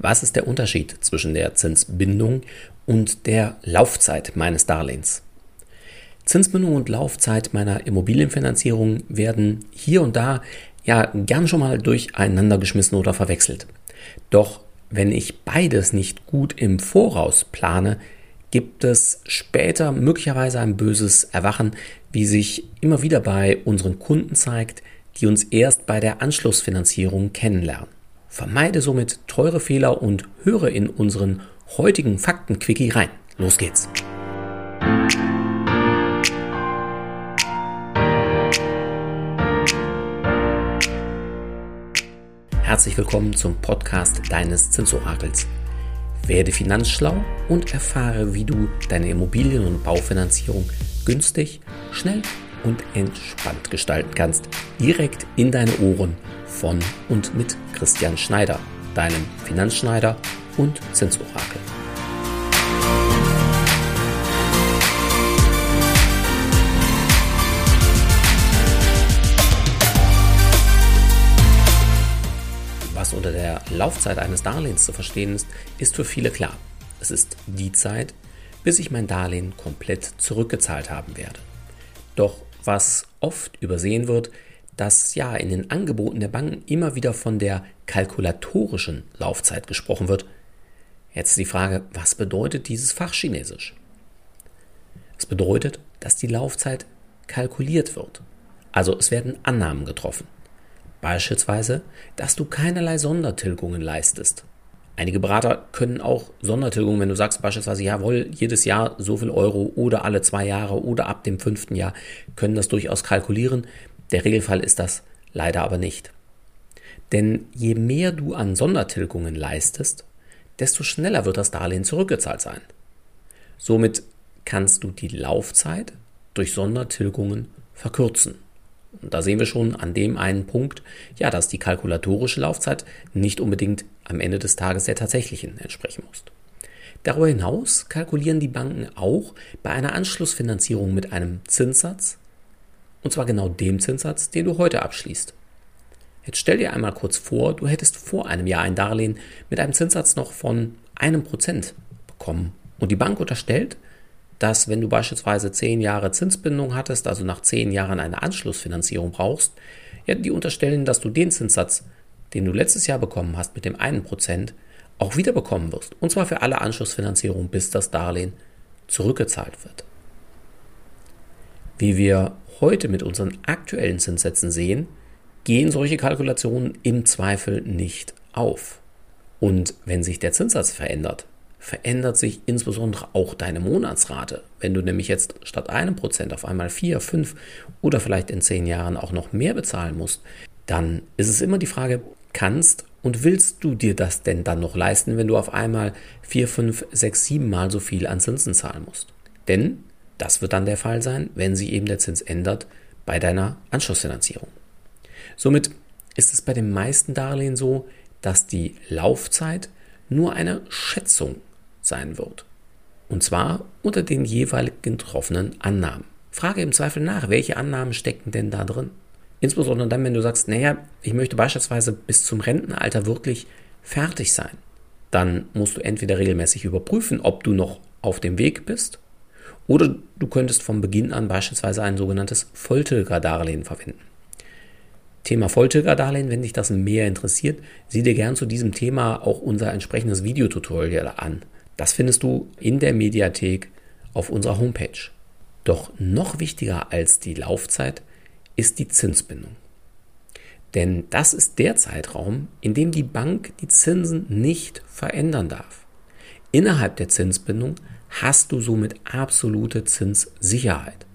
Was ist der Unterschied zwischen der Zinsbindung und der Laufzeit meines Darlehens? Zinsbindung und Laufzeit meiner Immobilienfinanzierung werden hier und da gern schon mal durcheinander geschmissen oder verwechselt. Doch wenn ich beides nicht gut im Voraus plane, gibt es später möglicherweise ein böses Erwachen, wie sich immer wieder bei unseren Kunden zeigt, die uns erst bei der Anschlussfinanzierung kennenlernen. Vermeide somit teure Fehler und höre in unseren heutigen Fakten-Quickie rein. Los geht's! Herzlich willkommen zum Podcast deines Zinsorakels. Werde finanzschlau und erfahre, wie du deine Immobilien- und Baufinanzierung günstig, schnell und entspannt gestalten kannst. Direkt in deine Ohren von und mit Christian Schneider, deinem Finanzschneider und Zinsorakel. Was unter der Laufzeit eines Darlehens zu verstehen ist, ist für viele klar. Es ist die Zeit, bis ich mein Darlehen komplett zurückgezahlt haben werde. Doch was oft übersehen wird, dass in den Angeboten der Banken immer wieder von der kalkulatorischen Laufzeit gesprochen wird. Jetzt ist die Frage, was bedeutet dieses Fachchinesisch? Es bedeutet, dass die Laufzeit kalkuliert wird. Also es werden Annahmen getroffen. Beispielsweise, dass du keinerlei Sondertilgungen leistest. Einige Berater können auch Sondertilgungen, wenn du sagst beispielsweise, jawohl, jedes Jahr so viel Euro oder alle 2 Jahre oder ab dem 5. Jahr, können das durchaus kalkulieren. Der Regelfall ist das leider aber nicht. Denn je mehr du an Sondertilgungen leistest, desto schneller wird das Darlehen zurückgezahlt sein. Somit kannst du die Laufzeit durch Sondertilgungen verkürzen. Und da sehen wir schon an dem einen Punkt, dass die kalkulatorische Laufzeit nicht unbedingt am Ende des Tages der tatsächlichen entsprechen muss. Darüber hinaus kalkulieren die Banken auch bei einer Anschlussfinanzierung mit einem Zinssatz, und zwar genau dem Zinssatz, den du heute abschließt. Jetzt stell dir einmal kurz vor, du hättest vor einem Jahr ein Darlehen mit einem Zinssatz noch von 1% bekommen. Und die Bank unterstellt, dass wenn du beispielsweise 10 Jahre Zinsbindung hattest, also nach 10 Jahren eine Anschlussfinanzierung brauchst, die unterstellen, dass du den Zinssatz, den du letztes Jahr bekommen hast mit dem 1%, auch wieder bekommen wirst. Und zwar für alle Anschlussfinanzierungen, bis das Darlehen zurückgezahlt wird. Wie wir heute mit unseren aktuellen Zinssätzen sehen, gehen solche Kalkulationen im Zweifel nicht auf. Und wenn sich der Zinssatz verändert, verändert sich insbesondere auch deine Monatsrate. Wenn du nämlich jetzt statt 1% auf einmal 4, 5 oder vielleicht in 10 Jahren auch noch mehr bezahlen musst, dann ist es immer die Frage, kannst und willst du dir das denn dann noch leisten, wenn du auf einmal 4, 5, 6, 7 Mal so viel an Zinsen zahlen musst? Denn das wird dann der Fall sein, wenn sich eben der Zins ändert bei deiner Anschlussfinanzierung. Somit ist es bei den meisten Darlehen so, dass die Laufzeit nur eine Schätzung sein wird. Und zwar unter den jeweiligen getroffenen Annahmen. Frage im Zweifel nach, welche Annahmen stecken denn da drin? Insbesondere dann, wenn du sagst, ich möchte beispielsweise bis zum Rentenalter wirklich fertig sein. Dann musst du entweder regelmäßig überprüfen, ob du noch auf dem Weg bist, oder du könntest von Beginn an beispielsweise ein sogenanntes Volltilgerdarlehen verwenden. Thema Volltilgerdarlehen, wenn dich das mehr interessiert, sieh dir gern zu diesem Thema auch unser entsprechendes Videotutorial an. Das findest du in der Mediathek auf unserer Homepage. Doch noch wichtiger als die Laufzeit ist die Zinsbindung. Denn das ist der Zeitraum, in dem die Bank die Zinsen nicht verändern darf. Innerhalb der Zinsbindung hast du somit absolute Zinssicherheit.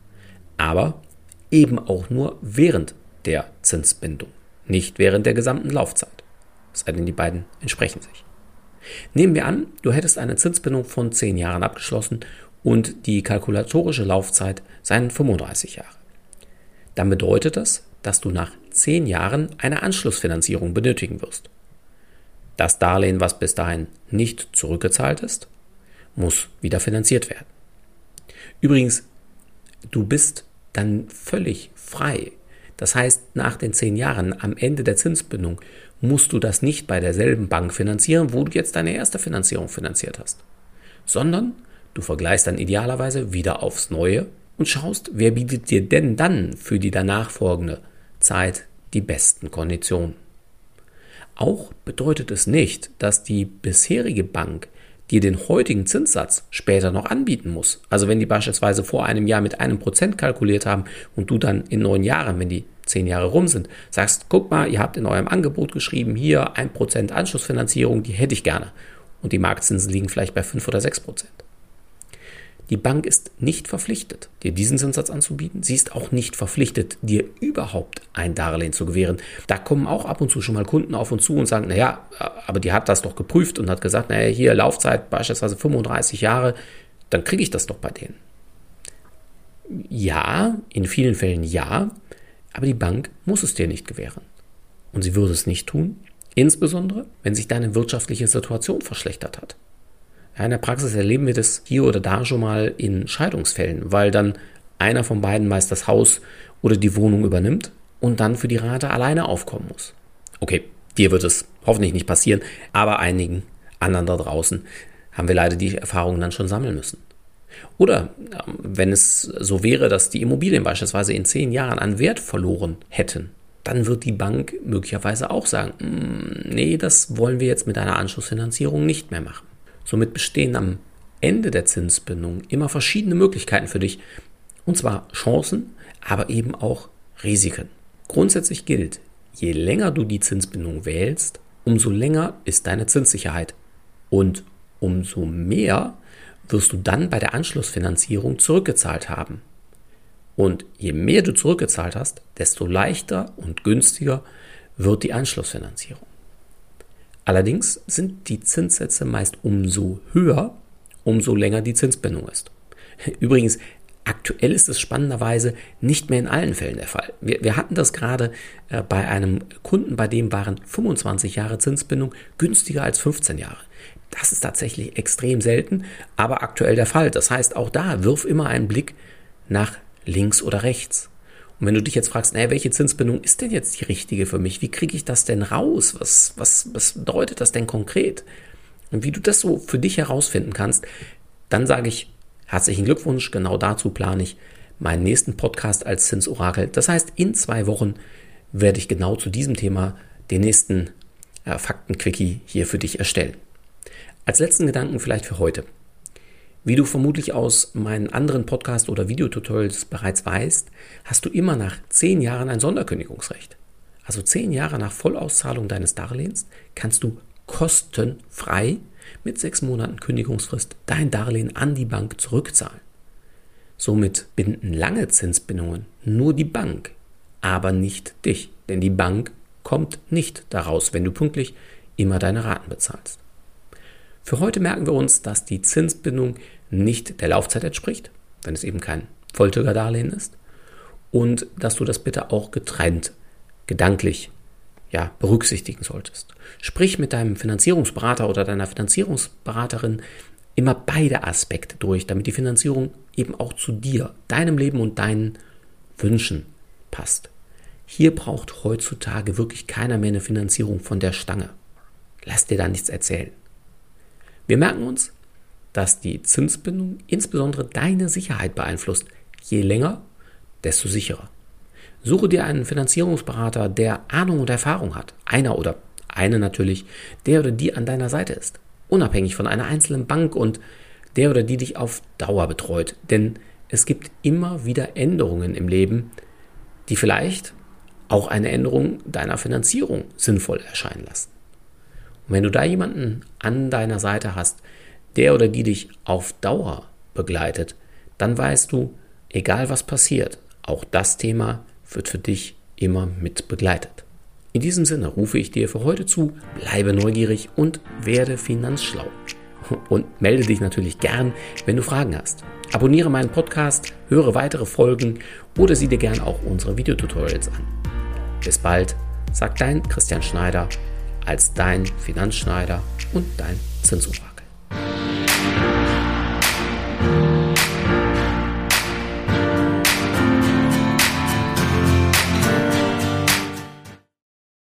Aber eben auch nur während der Zinsbindung, nicht während der gesamten Laufzeit. Es sei denn, die beiden entsprechen sich. Nehmen wir an, du hättest eine Zinsbindung von 10 Jahren abgeschlossen und die kalkulatorische Laufzeit seien 35 Jahre. Dann bedeutet das, dass du nach 10 Jahren eine Anschlussfinanzierung benötigen wirst. Das Darlehen, was bis dahin nicht zurückgezahlt ist, muss wieder finanziert werden. Übrigens, du bist dann völlig frei. Das heißt, nach den 10 Jahren, am Ende der Zinsbindung, musst du das nicht bei derselben Bank finanzieren, wo du jetzt deine erste Finanzierung finanziert hast, sondern du vergleichst dann idealerweise wieder aufs Neue und schaust, wer bietet dir denn dann für die danach folgende Zeit die besten Konditionen. Auch bedeutet es nicht, dass die bisherige Bank dir den heutigen Zinssatz später noch anbieten muss. Also wenn die beispielsweise vor einem Jahr mit 1% kalkuliert haben und du dann in 9 Jahren, wenn die 10 Jahre rum sind, sagst, guck mal, ihr habt in eurem Angebot geschrieben, hier 1% Anschlussfinanzierung, die hätte ich gerne. Und die Marktzinsen liegen vielleicht bei 5 oder 6%. Die Bank ist nicht verpflichtet, dir diesen Zinssatz anzubieten. Sie ist auch nicht verpflichtet, dir überhaupt ein Darlehen zu gewähren. Da kommen auch ab und zu schon mal Kunden auf uns zu und sagen, naja, aber die hat das doch geprüft und hat gesagt, naja, hier Laufzeit beispielsweise 35 Jahre, dann kriege ich das doch bei denen. Ja, in vielen Fällen ja, aber die Bank muss es dir nicht gewähren. Und sie würde es nicht tun, insbesondere, wenn sich deine wirtschaftliche Situation verschlechtert hat. Ja, in der Praxis erleben wir das hier oder da schon mal in Scheidungsfällen, weil dann einer von beiden meist das Haus oder die Wohnung übernimmt und dann für die Rate alleine aufkommen muss. Okay, dir wird es hoffentlich nicht passieren, aber einigen anderen da draußen haben wir leider die Erfahrungen dann schon sammeln müssen. Oder wenn es so wäre, dass die Immobilien beispielsweise in 10 Jahren an Wert verloren hätten, dann wird die Bank möglicherweise auch sagen, nee, das wollen wir jetzt mit einer Anschlussfinanzierung nicht mehr machen. Somit bestehen am Ende der Zinsbindung immer verschiedene Möglichkeiten für dich, und zwar Chancen, aber eben auch Risiken. Grundsätzlich gilt, je länger du die Zinsbindung wählst, umso länger ist deine Zinssicherheit und umso mehr wirst du dann bei der Anschlussfinanzierung zurückgezahlt haben. Und je mehr du zurückgezahlt hast, desto leichter und günstiger wird die Anschlussfinanzierung. Allerdings sind die Zinssätze meist umso höher, umso länger die Zinsbindung ist. Übrigens, aktuell ist es spannenderweise nicht mehr in allen Fällen der Fall. Wir hatten das gerade bei einem Kunden, bei dem waren 25 Jahre Zinsbindung günstiger als 15 Jahre. Das ist tatsächlich extrem selten, aber aktuell der Fall. Das heißt, auch da wirf immer einen Blick nach links oder rechts. Und wenn du dich jetzt fragst, welche Zinsbindung ist denn jetzt die richtige für mich? Wie kriege ich das denn raus? Was bedeutet das denn konkret? Und wie du das so für dich herausfinden kannst, dann sage ich herzlichen Glückwunsch. Genau dazu plane ich meinen nächsten Podcast als Zinsorakel. Das heißt, in 2 Wochen werde ich genau zu diesem Thema den nächsten Fakten-Quickie hier für dich erstellen. Als letzten Gedanken vielleicht für heute. Wie du vermutlich aus meinen anderen Podcast- oder Videotutorials bereits weißt, hast du immer nach 10 Jahren ein Sonderkündigungsrecht. Also 10 Jahre nach Vollauszahlung deines Darlehens kannst du kostenfrei mit 6 Monaten Kündigungsfrist dein Darlehen an die Bank zurückzahlen. Somit binden lange Zinsbindungen nur die Bank, aber nicht dich. Denn die Bank kommt nicht daraus, wenn du pünktlich immer deine Raten bezahlst. Für heute merken wir uns, dass die Zinsbindung nicht der Laufzeit entspricht, wenn es eben kein Volltilgerdarlehen ist, und dass du das bitte auch getrennt, gedanklich berücksichtigen solltest. Sprich mit deinem Finanzierungsberater oder deiner Finanzierungsberaterin immer beide Aspekte durch, damit die Finanzierung eben auch zu dir, deinem Leben und deinen Wünschen passt. Hier braucht heutzutage wirklich keiner mehr eine Finanzierung von der Stange. Lass dir da nichts erzählen. Wir merken uns, dass die Zinsbindung insbesondere deine Sicherheit beeinflusst. Je länger, desto sicherer. Suche dir einen Finanzierungsberater, der Ahnung und Erfahrung hat. Einer oder eine natürlich, der oder die an deiner Seite ist. Unabhängig von einer einzelnen Bank und der oder die dich auf Dauer betreut. Denn es gibt immer wieder Änderungen im Leben, die vielleicht auch eine Änderung deiner Finanzierung sinnvoll erscheinen lassen. Und wenn du da jemanden an deiner Seite hast, der oder die dich auf Dauer begleitet, dann weißt du, egal was passiert, auch das Thema wird für dich immer mit begleitet. In diesem Sinne rufe ich dir für heute zu, bleibe neugierig und werde finanzschlau. Und melde dich natürlich gern, wenn du Fragen hast. Abonniere meinen Podcast, höre weitere Folgen oder sieh dir gern auch unsere Videotutorials an. Bis bald, sagt dein Christian Schneider als dein Finanzschneider und dein Zinsorakel.